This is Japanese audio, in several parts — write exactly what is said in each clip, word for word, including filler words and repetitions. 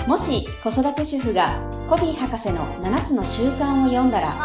もし子育て主婦がコビー博士のななつの習慣を読んだら、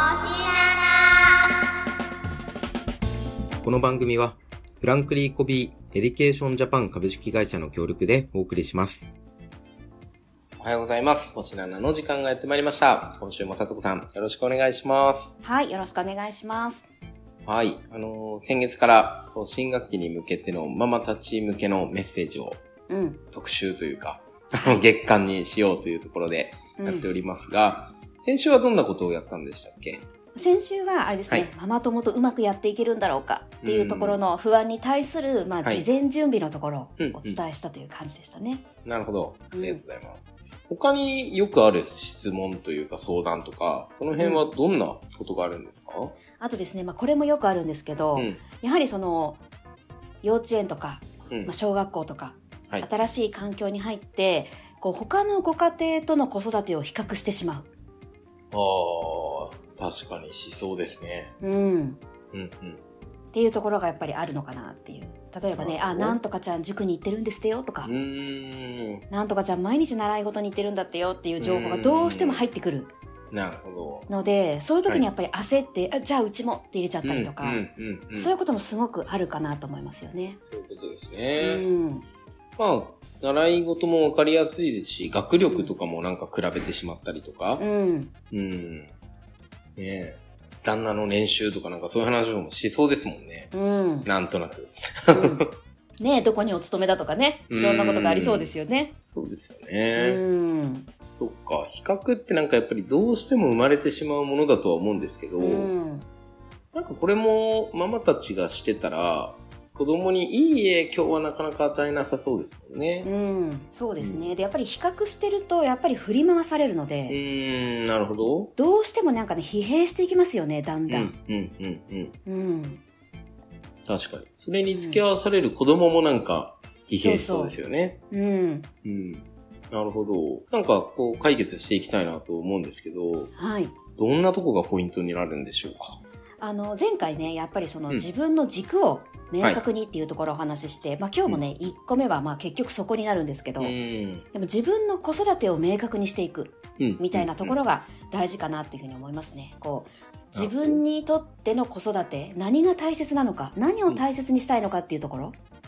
この番組はフランクリー・コビー・エディケーション・ジャパン株式会社の協力でお送りします。おはようございます。星ななの時間がやってまいりました。今週もさとこさんよろしくお願いします。 はい、よろしくお願いします。 はい、あのー、先月から新学期に向けてのママたち向けのメッセージを、うん、特集というか月間にしようというところでやっておりますが、うん、先週はどんなことをやったんでしたっけ？ 先週はあれですね、はい、ママ友とうまくやっていけるんだろうかっていうところの不安に対する、まあ、事前準備のところをお伝えしたという感じでしたね。うんうん、 なるほど。ありがとうございます。うん、他によくある質問というか相談とか、その辺はどんなことがあるんですか？うん、 あとですね、まあ、これもよくあるんですけど、うん、やはりその幼稚園とか、うんまあ、小学校とか、はい、新しい環境に入ってこう他のご家庭との子育てを比較してしまう。 ああ。確かにしそうですね。 うん。うんうん。っていうところがやっぱりあるのかなっていう。例えばね、あ、なんとかちゃん塾に行ってるんですってよとか、うーんなんとかちゃん毎日習い事に行ってるんだってよっていう情報がどうしても入ってくる。 なるほど。 ので、そういう時にやっぱり焦って、はい、あじゃあうちもって入れちゃったりとか、うんうんうんうん、そういうこともすごくあるかなと思いますよね。 そういうことですね。うん、まあ、習い事もわかりやすいですし、学力とかもなんか比べてしまったりとか、うん。うんねえ、旦那の年収とかなんかそういう話もしそうですもんね。うん。なんとなく。うん、 ねえ、どこにお勤めだとかね。いろんなことがありそうですよね。 そうですよね。うん。そっか。比較ってなんかやっぱりどうしても生まれてしまうものだとは思うんですけど、うん、なんかこれもママたちがしてたら、子供にいい影響はなかなか与えなさそうですもんね。 うん、そうですね。うん、で、やっぱり比較してると、やっぱり振り回されるので。 うーん、なるほど。 どうしてもなんかね、疲弊していきますよね、だんだん。 うん、うん、うん、うん。うん。確かに。それに付き合わされる子供もなんか、疲弊しそうですよね。そうそう。うん。うん。なるほど。なんか、こう、解決していきたいなと思うんですけど。はい。どんなとこがポイントになるんでしょうか？ あの、前回ね、やっぱりその、うん、自分の軸を、明確にっていうところをお話しして、はい、まあ今日もね、うん、いっこめはまあ結局そこになるんですけど、うん、でも自分の子育てを明確にしていく、うん、みたいなところが大事かなっていうふうに思いますね。こう、自分にとっての子育て、何が大切なのか、何を大切にしたいのかっていうところ、うん、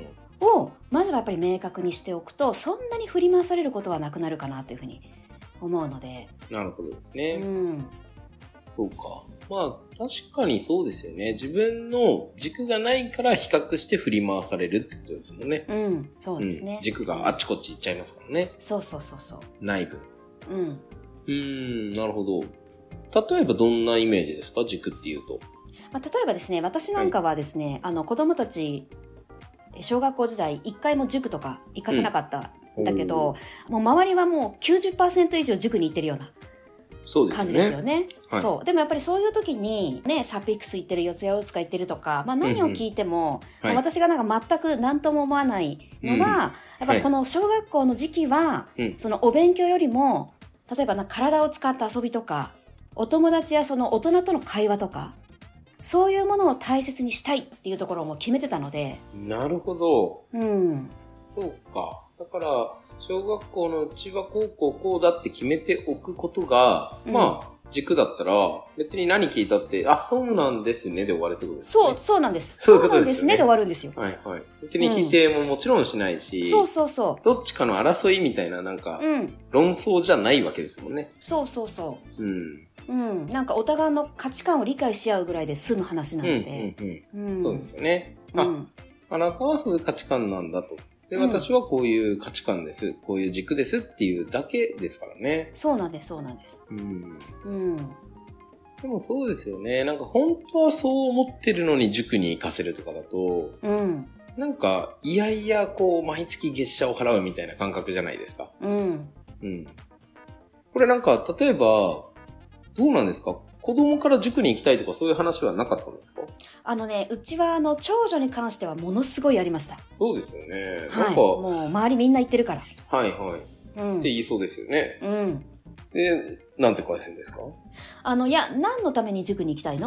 を、まずはやっぱり明確にしておくと、そんなに振り回されることはなくなるかなというふうに思うので。 なるほどですね。うん、そうか。まあ、確かにそうですよね。自分の軸がないから比較して振り回されるってことですもんね。 うん、そうですね。 うん、軸があっちこっち行っちゃいますからね。 そうそうそうそう。 内部。うん。うーん、なるほど。例えばどんなイメージですか？軸っていうと。 まあ、例えばですね、私なんかはですね、はい、あの、子供たち、小学校時代、一回も塾とか行かせなかったんだけど、うん、もう周りはもう きゅうじゅっパーセント 以上塾に行ってるような。 そうですね。 感じですよね。はい、そう。でもやっぱりそういう時に、ね、サピックス行ってる、四谷大塚行ってるとか、まあ何を聞いても、うんうん、私がなんか全く何とも思わないのは、うん、やっぱりこの小学校の時期は、はい、そのお勉強よりも、例えばな体を使った遊びとか、お友達やその大人との会話とか、そういうものを大切にしたいっていうところをもう決めてたので。 なるほど。 うん。 そうか。だから、小学校のうちはこうこうこうだって決めておくことが、うん、まあ、軸だったら、別に何聞いたって、あ、そうなんですねで終わるってことですね。 そう、そうなんです。そうなんですねで終わるんですよ。 はいはい。別に否定ももちろんしないし、うん、 そうそうそう。 どっちかの争いみたいな、なんか、うん、論争じゃないわけですもんね。 そうそうそう。うん。うん。なんかお互いの価値観を理解し合うぐらいで済む話なので。 うんうんうん。うん、そうですよね。あ、うん、あなたはそういう価値観なんだと。で、私はこういう価値観です。こういう軸ですっていうだけですからね。 そうなんです、そうなんです。うん。 うん。でもそうですよね。なんか本当はそう思ってるのに塾に行かせるとかだと、うん。なんか、いやいや、こう、毎月月謝を払うみたいな感覚じゃないですか。うん。うん。これなんか、例えば、どうなんですか？子供から塾に行きたいとかそういう話はなかったんですか？ あのね、うちはあの長女に関してはものすごいやりました。 そうですよね。 はい、 なんかもう周りみんな行ってるから。 はいはい。うん、って言いそうですよね。うん。で、なんて返すんですか？ あの、いや、何のために塾に行きたいの？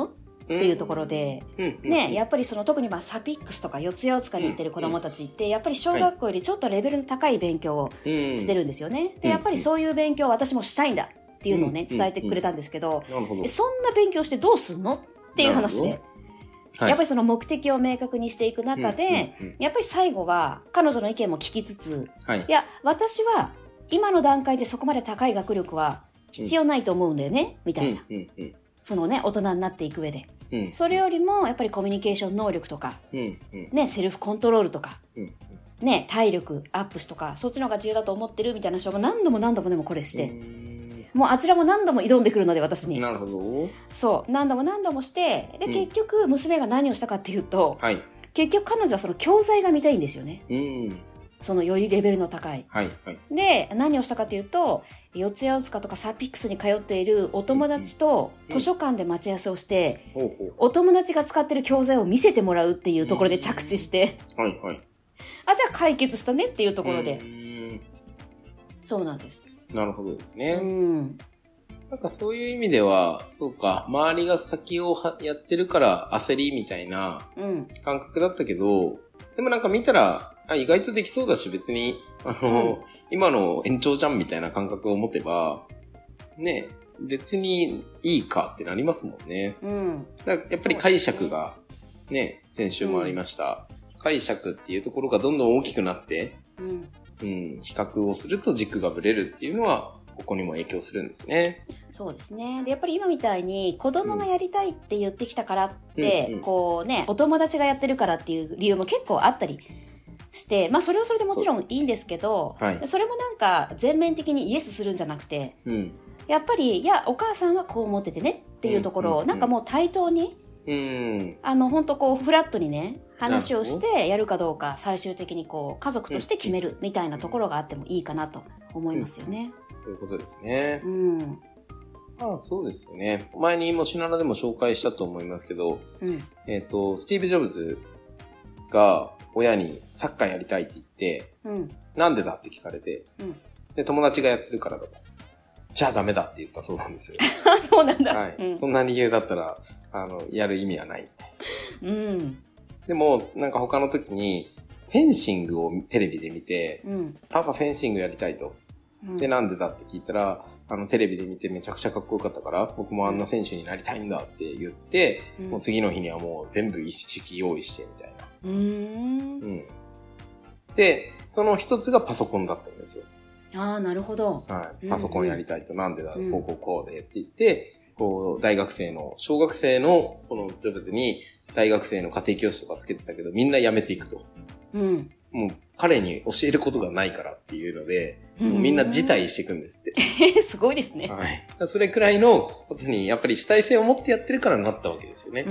っていうところで、うんうん、ね、やっぱりその特にまあサピックスとか四谷大塚に行ってる子供たちって、やっぱり小学校よりちょっとレベルの高い勉強をしてるんですよね。で、やっぱりそういう勉強を私もしたいんだっていうのをね、伝えてくれたんですけど、そんな勉強してどうすんのっていう話で、はい、やっぱりその目的を明確にしていく中で、うんうんうん、やっぱり最後は彼女の意見も聞きつつ、はい、いや、私は今の段階でそこまで高い学力は必要ないと思うんだよね、みたいな。うんうんうん、そのね、大人になっていく上で。うん、それよりも、やっぱりコミュニケーション能力とか、うんうん、ね、セルフコントロールとか、うんうん、ね、体力アップとか、そっちの方が重要だと思ってるみたいな人が何度も何度もでもこれして、もうあちらも何度も挑んでくるので、私に。 なるほど。 そう、何度も何度もして、で、結局、娘が何をしたかっていうと、はい、結局彼女はその教材が見たいんですよね。うん、そのよりレベルの高い。はいはい、で、何をしたかというと、四谷大塚とかサピックスに通っているお友達と図書館で待ち合わせをして、うんうん、お友達が使ってる教材を見せてもらうっていうところで着地して、うんはいはい、あ、じゃあ解決したねっていうところで。うんそうなんです。 なるほどですね。うん、なんかそういう意味では、そうか、周りが先をやってるから焦りみたいな感覚だったけど、うん、でもなんか見たら、あ、意外とできそうだし別に、あの、うん、今の延長じゃんみたいな感覚を持てば、ね、別にいいかってなりますもんね。うん。だからやっぱり解釈が、ね、先週もありました、うん。解釈っていうところがどんどん大きくなって、うん。うん、比較をすると軸がぶれるっていうのは、ここにも影響するんですね。 そうですね。で、やっぱり今みたいに子供がやりたいって言ってきたからって、うん、こうね、お友達がやってるからっていう理由も結構あったりして、まあそれはそれでもちろんいいんですけど、はい、それもなんか全面的にイエスするんじゃなくて、うん、やっぱり、いや、お母さんはこう思っててねっていうところを、うんうんうん、なんかもう対等に、うん、あの、本当こう、フラットにね、話をしてやるかどうか、最終的にこう、家族として決めるみたいなところがあってもいいかなと思いますよね。 うん、そういうことですね。うん。まあそうですよね。前にもシナナでも紹介したと思いますけど、うん、えっと、スティーブ・ジョブズが親にサッカーやりたいって言って、うん、なんでだって聞かれて、うん、で、友達がやってるからだと。じゃあダメだって言ったそうなんですよ。 そうなんだ。 はい、うん。そんな理由だったら、あの、やる意味はないみたいな。うん。でも、なんか他の時に、フェンシングをテレビで見て、うん、パパフェンシングやりたいと。で、なんでだって聞いたら、あの、テレビで見てめちゃくちゃかっこよかったから、僕もあんな選手になりたいんだって言って、うん、もう次の日にはもう全部一式用意してみたいな。うーん。うん。で、その一つがパソコンだったんですよ。 ああ、なるほど。 はい。パソコンやりたいと、うんうん、なんでだ、こうこうこうでって言って、こう、大学生の、小学生の、このジョブズに、大学生の家庭教師とかつけてたけど、みんな辞めていくと。うん。もう、彼に教えることがないからっていうので、もうみんな辞退していくんですって。 えー、すごいですね。 はい。それくらいのことに、やっぱり主体性を持ってやってるからなったわけですよね。うん。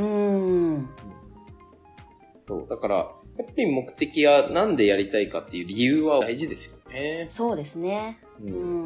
そう。だから、やっぱり目的はなんでやりたいかっていう理由は大事ですよね。 そうですね。うん、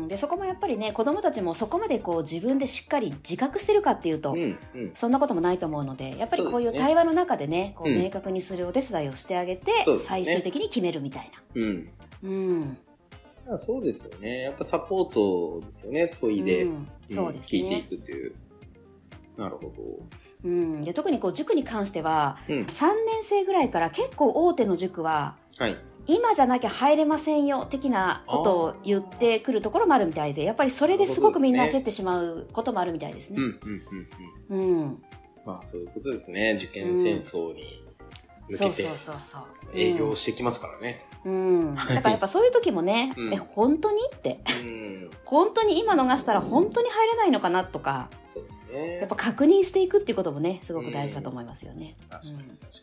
でそこもやっぱりね、子供たちもそこまでこう自分でしっかり自覚してるかっていうと、うんうん、そんなこともないと思うので、やっぱりこういう対話の中でね、こう明確にするお手伝いをしてあげて、うん、最終的に決めるみたいな。うん。 うん。そうですよね。やっぱサポートですよね。問いで、うん、そうですね、聞いていくっていう。なるほど。 うん、で特にこう塾に関しては、うん、さんねん生ぐらいから結構大手の塾は、はい、今じゃなきゃ入れませんよ的なことを言ってくるところもあるみたいで、やっぱりそれですごくみんな焦ってしまうこともあるみたいですね。うんうんうんうん。うん。まあそういうことですね。受験戦争に向けて営業してきますからね。 うん。だからやっぱそういう時もね、うん、え本当にって、うん、本当に今逃したら本当に入れないのかなとか、そうですね。やっぱ確認していくっていうこともね、すごく大事だと思いますよね。 うん、確かに確かに。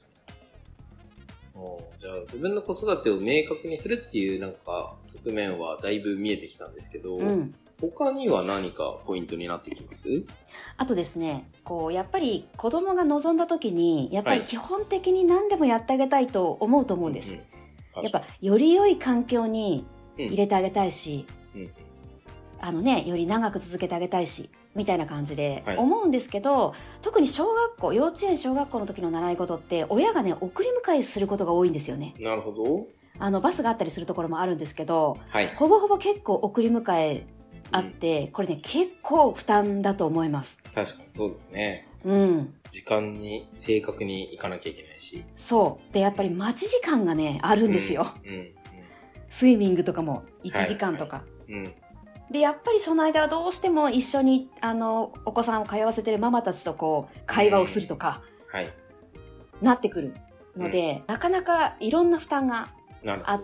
じゃあ自分の子育てを明確にするっていうなんか側面はだいぶ見えてきたんですけど、うん、他には何かポイントになってきます？ あとですね、こうやっぱり子供が望んだ時にやっぱり基本的に何でもやってあげたいと思うと思うんです、はいうんうん、やっぱより良い環境に入れてあげたいし、うんうん、あのね、より長く続けてあげたいしみたいな感じで思うんですけど、はい、特に小学校、幼稚園小学校の時の習い事って親がね、送り迎えすることが多いんですよね。 なるほど。 あのバスがあったりするところもあるんですけど、はい、ほぼほぼ結構送り迎えあって、うん、これね結構負担だと思います。 確かにそうですね。 うん。 時間に正確に行かなきゃいけないし。 そう。で、やっぱり待ち時間がね、あるんですよ。うん。うん、スイミングとかもいちじかんとか。はいはい、うん。で、やっぱりその間はどうしても一緒に、あの、お子さんを通わせてるママたちとこう、会話をするとか、うん、はい。なってくるので、うん、なかなかいろんな負担があって、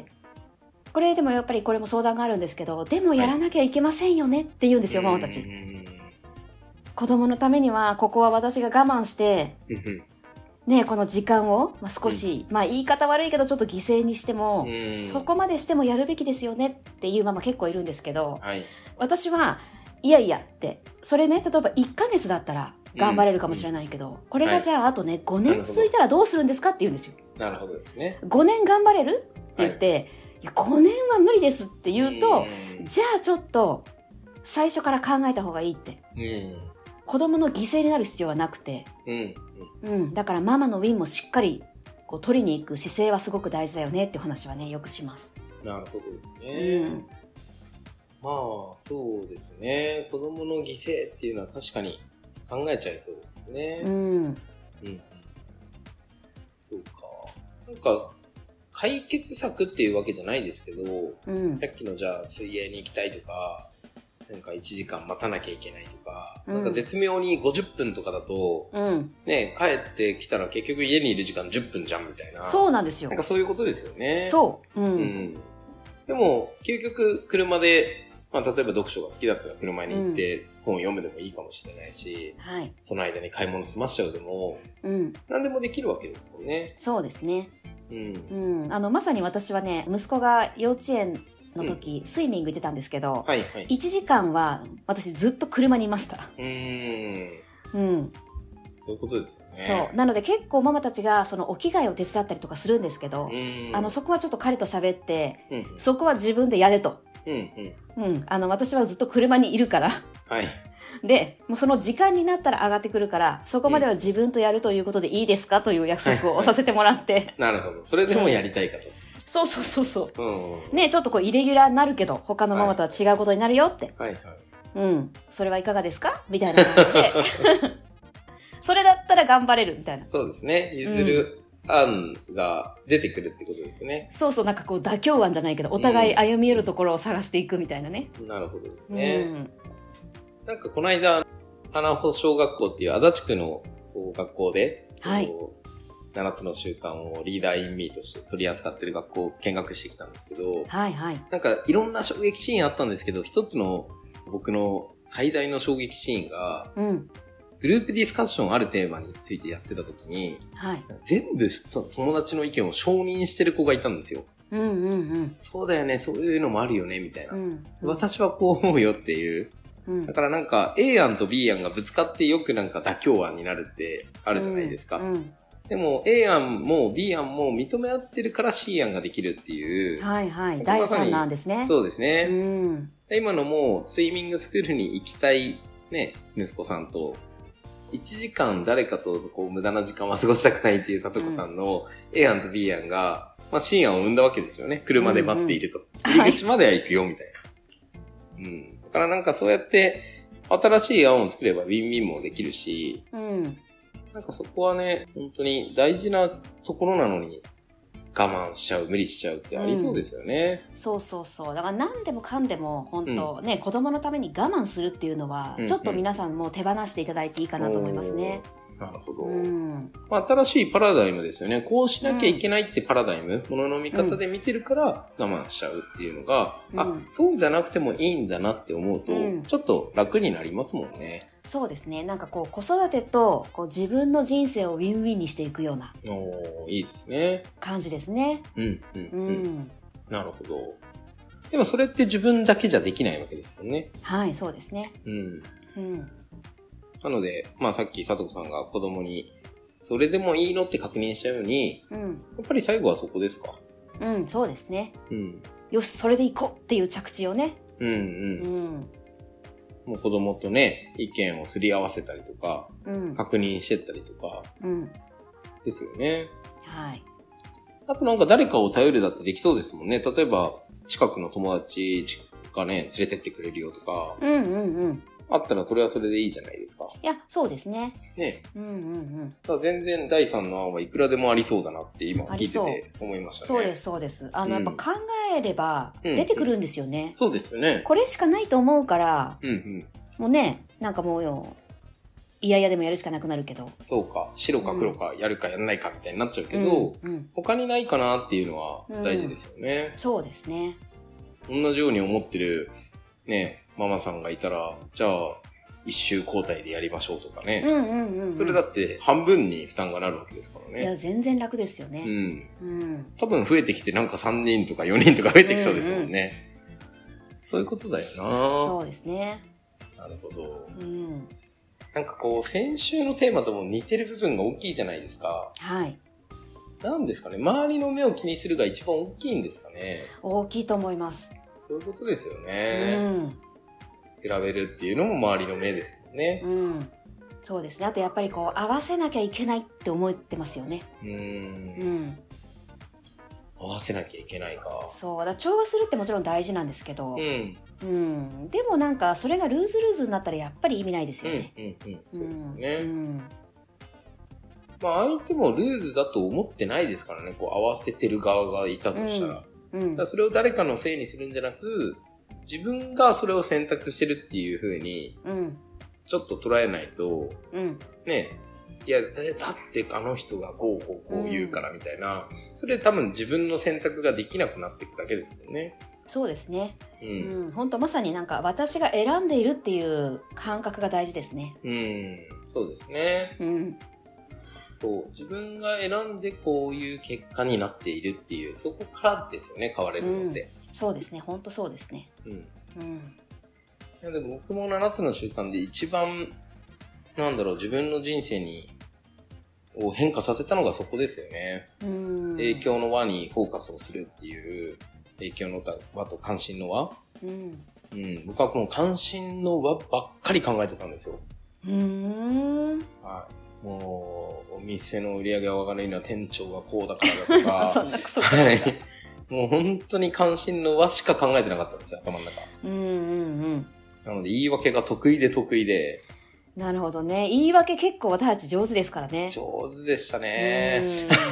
これでもやっぱりこれも相談があるんですけど、でもやらなきゃいけませんよねって言うんですよ、はい、ママたち。子供のためには、ここは私が我慢して、ね、この時間を、まあ、少し、うん、まあ言い方悪いけどちょっと犠牲にしても、そこまでしてもやるべきですよねっていうママ結構いるんですけど、はい、私は、いやいやって、それね、例えばいっかげつだったら頑張れるかもしれないけど、うん、これがじゃああとね、ごねん続いたらどうするんですかって言うんですよ。 なるほどですね。 ごねん頑張れるって言って、はい、いやごねんは無理ですって言うと、じゃあちょっと、最初から考えた方がいいって。うん子供の犠牲になる必要はなくて、うんうん、だからママのウィンもしっかりこう取りに行く姿勢はすごく大事だよねっていう話はねよくします。 なるほどですね。うん、まあそうですね。子供の犠牲っていうのは確かに考えちゃいそうですよね。うん、うん、そうか。なんか解決策っていうわけじゃないですけど、うん、さっきのじゃあ水泳に行きたいとか。なんかいちじかん待たなきゃいけないとか、うん、なんか絶妙にごじゅっぷんとかだと、うん、ね、帰ってきたら結局家にいる時間じゅっぷんじゃんみたいな。 そうなんですよ。 なんかそういうことですよね。 そう。うん。うん、 でも、究極車で、まあ例えば読書が好きだったら車に行って本を読むでもいいかもしれないし、うん、その間に買い物済ましちゃうでも、うん、何でもできるわけですもんね。 そうですね。うん。うん。あの、まさに私はね、息子が幼稚園の時、うん、スイミング行ってたんですけど、はいはい、いちじかんは私ずっと車にいました。うーん。うん。 そういうことですよね。 そう。なので結構ママたちがそのお着替えを手伝ったりとかするんですけど、あの、そこはちょっと彼と喋って、うん、そこは自分でやれと。うんうん。うん。あの、私はずっと車にいるから。はい。で、もうその時間になったら上がってくるから、そこまでは自分とやるということでいいですかという約束をさせてもらって。 なるほど。それでもやりたいかと。 そうそうそうそう。うんうん、ねちょっとこうイレギュラーになるけど、他のママとは違うことになるよって。はいはい。うん。それはいかがですかみたいな感じで。それだったら頑張れるみたいな。 そうですね。譲る案が出てくるってことですね。 うん、そうそう。なんかこう妥協案じゃないけど、お互い歩み寄るところを探していくみたいなね。 うん、なるほどですね。うん、なんかこの間、花穂小学校っていう足立区の学校で、はい。ななつの習慣をリーダーインミーとして取り扱ってる学校を見学してきたんですけど、はいはい。なんかいろんな衝撃シーンあったんですけど、一つの僕の最大の衝撃シーンが、うん、グループディスカッションあるテーマについてやってた時に、はい、全部友達の意見を承認してる子がいたんですよ。うんうんうん。そうだよね、そういうのもあるよね、みたいな。うんうん、私はこう思うよっていう。うん、だからなんか A 案と B 案がぶつかってよくなんか妥協案になるってあるじゃないですか。うんうんでも A 案も B 案も認め合ってるから C 案ができるっていう。 はいはい。だいさんなんですね。 そうですね。うん、今のもスイミングスクールに行きたいね、息子さんと、いちじかん誰かとこう無駄な時間は過ごしたくないっていう里子さんの A 案と B 案が、まあ C 案を生んだわけですよね。車で待っていると。うんうん、入り口までは行くよ、みたいな。はい、うん。だからなんかそうやって新しい案を作ればウィンウィンもできるし、うんなんかそこはね、本当に大事なところなのに我慢しちゃう、無理しちゃうってありそうですよね。 うん、そうそうそう。だから何でもかんでも本当、うん、ね、子供のために我慢するっていうのは、うんうん、ちょっと皆さんも手放していただいていいかなと思いますね。 なるほど、うんまあ。新しいパラダイムですよね。こうしなきゃいけないってパラダイム、ものの見方で見てるから我慢しちゃうっていうのが、うん、あ、そうじゃなくてもいいんだなって思うと、うん、ちょっと楽になりますもんね。 そうですね。なんかこう子育てとこう自分の人生をウィンウィンにしていくような。 おー、いいですね。 感じですね。 うん、うん、うん。うん、なるほど。でもそれって自分だけじゃできないわけですもんね。 はい、そうですね。うん。 うん。なので、まあさっき佐藤さんが子供に、それでもいいのって確認したように、うん、やっぱり最後はそこですか。 うん、そうですね。うん。よし、それでいこうっていう着地をね。うんうん。うん。 もう子供とね、意見をすり合わせたりとか、うん、確認してったりとか、うん、ですよね。はい。あとなんか誰かを頼るだってできそうですもんね。例えば、近くの友達がね、連れてってくれるよとか、うんうんうん。 あったらそれはそれでいいじゃないですか。 いや、そうですね。 ね。 うんうんうん。 ただ全然だいさんの案はいくらでもありそうだなって今聞いてて思いましたね。 そうです、そうです。あの、うん、やっぱ考えれば出てくるんですよね。 うんうん、そうですよね。 これしかないと思うから、 うんうん、 もうね、なんかもうよ、いやいやでもやるしかなくなるけど。 そうか。白か黒かやるかやらないかみたいになっちゃうけど、うんうん、他にないかなっていうのは大事ですよね。 うん、そうですね。 同じように思ってるね、ママさんがいたら、じゃあ、一周交代でやりましょうとかね。 うんうんうん、うん。 それだって半分に負担がなるわけですからね。 いや、全然楽ですよね。 うん。うん、多分増えてきてなんかさんにんとかよにんとか増えてきそうですもんね。うんうん、そういうことだよな。 そうですね。 なるほど。 うん。 なんかこう、先週のテーマとも似てる部分が大きいじゃないですか。 はい。 なんですかね。周りの目を気にするが一番大きいんですかね。 大きいと思います。 そういうことですよね。 うん。 比べるっていうのも周りの目ですもんね。 うん。そうですね。あとやっぱりこう、合わせなきゃいけないって思ってますよね。 うーん。うん。合わせなきゃいけないか。 そう。だ調和するってもちろん大事なんですけど。 うん。 うん。でもなんか、それがルーズルーズになったらやっぱり意味ないですよね。 うんうんうん。そうですね。 うん。 まあ相手もルーズだと思ってないですからね。こう合わせてる側がいたとしたら。うん。うん、だからそれを誰かのせいにするんじゃなく、自分がそれを選択してるっていう風に、ちょっと捉えないと、うん、ね、いや、だってあの人がこうこうこう言うからみたいな、うん、それ多分自分の選択ができなくなっていくだけですもんね。 そうですね。うん。うん、本当まさになんか私が選んでいるっていう感覚が大事ですね。 うん。そうですね。うん。そう。自分が選んでこういう結果になっているっていう、そこからですよね、変われるのって。 うん、そうですね。本当そうですね。 うん。うん。いやでも僕もななつの習慣で一番、なんだろう、自分の人生に、を変化させたのがそこですよね。うん。影響の輪にフォーカスをするっていう、影響の輪と関心の輪。うん。うん。僕はこの関心の輪ばっかり考えてたんですよ。 うーん。 はい。もう、お店の売り上げが上がるのは店長がこうだからだとか。 そんなクソか。 はい。もう本当に関心の輪しか考えてなかったんですよ、頭の中。 うんうんうん。 なので言い訳が得意で得意で。 なるほどね。言い訳結構私たち上手ですからね。 上手でしたね。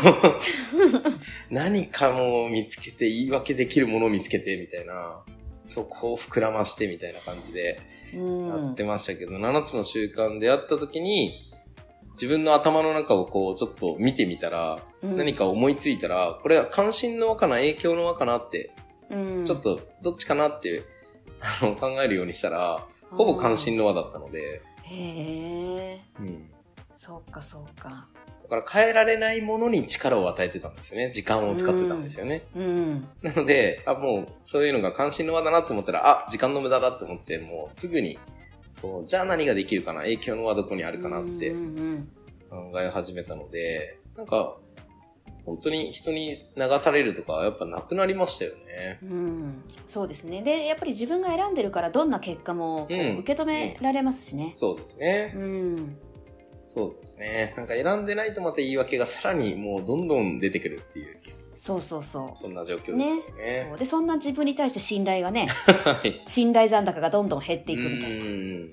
何かも見つけて、言い訳できるものを見つけて、みたいな。そこを膨らましてみたいな感じでやってましたけど、ななつの習慣であった時に、自分の頭の中をこうちょっと見てみたら、うん、何か思いついたら、これは関心の輪かな、影響の輪かなって、うん、ちょっとどっちかなってあの考えるようにしたら、ほぼ関心の輪だったので。 へー。うん。そうかそうか。 だから変えられないものに力を与えてたんですよね。時間を使ってたんですよね。うん。うん、なので、あ、もうそういうのが関心の輪だなと思ったら、あ、時間の無駄だと思って、もうすぐに、こうじゃあ何ができるかな、影響の輪どこにあるかなって考え始めたので、なんか、本当に人に流されるとかはやっぱなくなりましたよね。 うん。そうですね。で、やっぱり自分が選んでるからどんな結果もこう受け止められますしね。うんうん、 そうですね。うん。そうですね。なんか選んでないとまた言い訳がさらにもうどんどん出てくるっていう。 そうそうそう。 そんな状況ですよね。ね、 そうで、そんな自分に対して信頼がね、はい、信頼残高がどんどん減っていくみたいな。うん。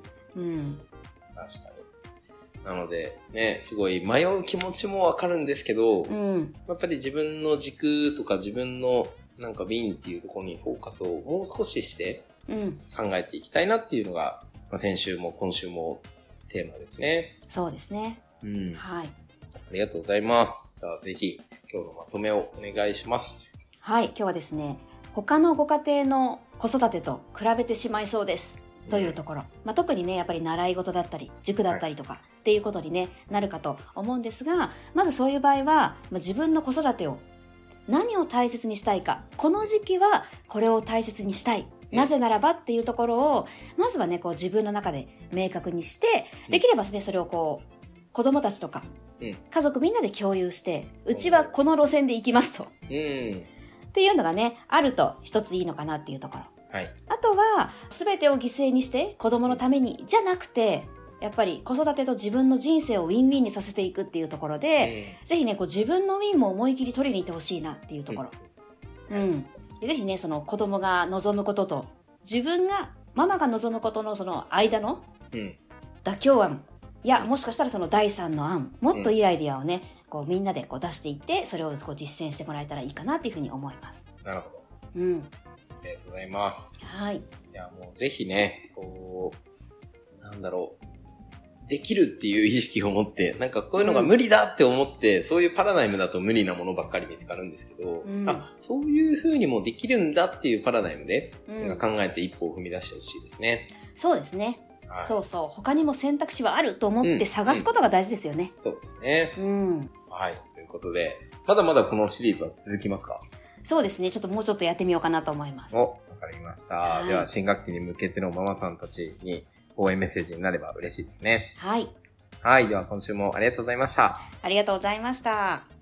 うん。 確かに。なので、ね、すごい迷う気持ちもわかるんですけど、うん、やっぱり自分の軸とか自分のなんか瓶っていうところにフォーカスをもう少しして考えていきたいなっていうのが、まあ、先週も今週もテーマですね。 そうですね。うん。はい。 ありがとうございます。じゃあぜひ今日のまとめをお願いします。 はい、今日はですね、他のご家庭の子育てと比べてしまいそうです。というところ、まあ、特にねやっぱり習い事だったり塾だったりとかっていうことに、ね、なるかと思うんですが、まずそういう場合は、まあ、自分の子育てを何を大切にしたいか、この時期はこれを大切にしたい、なぜならばっていうところをまずはねこう自分の中で明確にして、できればねそれをこう子供たちとか家族みんなで共有して、うちはこの路線で行きますと、うん、っていうのがねあると一ついいのかなっていうところ。はい、あとは全てを犠牲にして子供のためにじゃなくて、やっぱり子育てと自分の人生をウィンウィンにさせていくっていうところで、うん、ぜひねこう自分のウィンも思い切り取りに行ってほしいなっていうところ、うん、うん、でぜひねその子供が望むことと自分がママが望むことのその間のうん、妥協案、いや、もしかしたらそのだいさんの案、もっといいアイディアをね、うん、こうみんなでこう出していって、それをこう実践してもらえたらいいかなっていうふうに思います。 なるほど。 うん。 ありがとうございます。 はい。いや、もうぜひね、こう、なんだろう。できるっていう意識を持って、なんかこういうのが無理だって思って、うん、そういうパラダイムだと無理なものばっかり見つかるんですけど、うん、あ、そういう風にもできるんだっていうパラダイムで、うん、なんか考えて一歩を踏み出してほしいですね。 そうですね。はい、そうそう。他にも選択肢はあると思って探すことが大事ですよね。 うんうん、そうですね。 うん。 はい。ということで、まだまだこのシリーズは続きますか？ そうですね。ちょっともうちょっとやってみようかなと思います。 お、わかりました。はい、では、新学期に向けてのママさんたちに応援メッセージになれば嬉しいですね。 はい。 はい。では今週もありがとうございました。 ありがとうございました。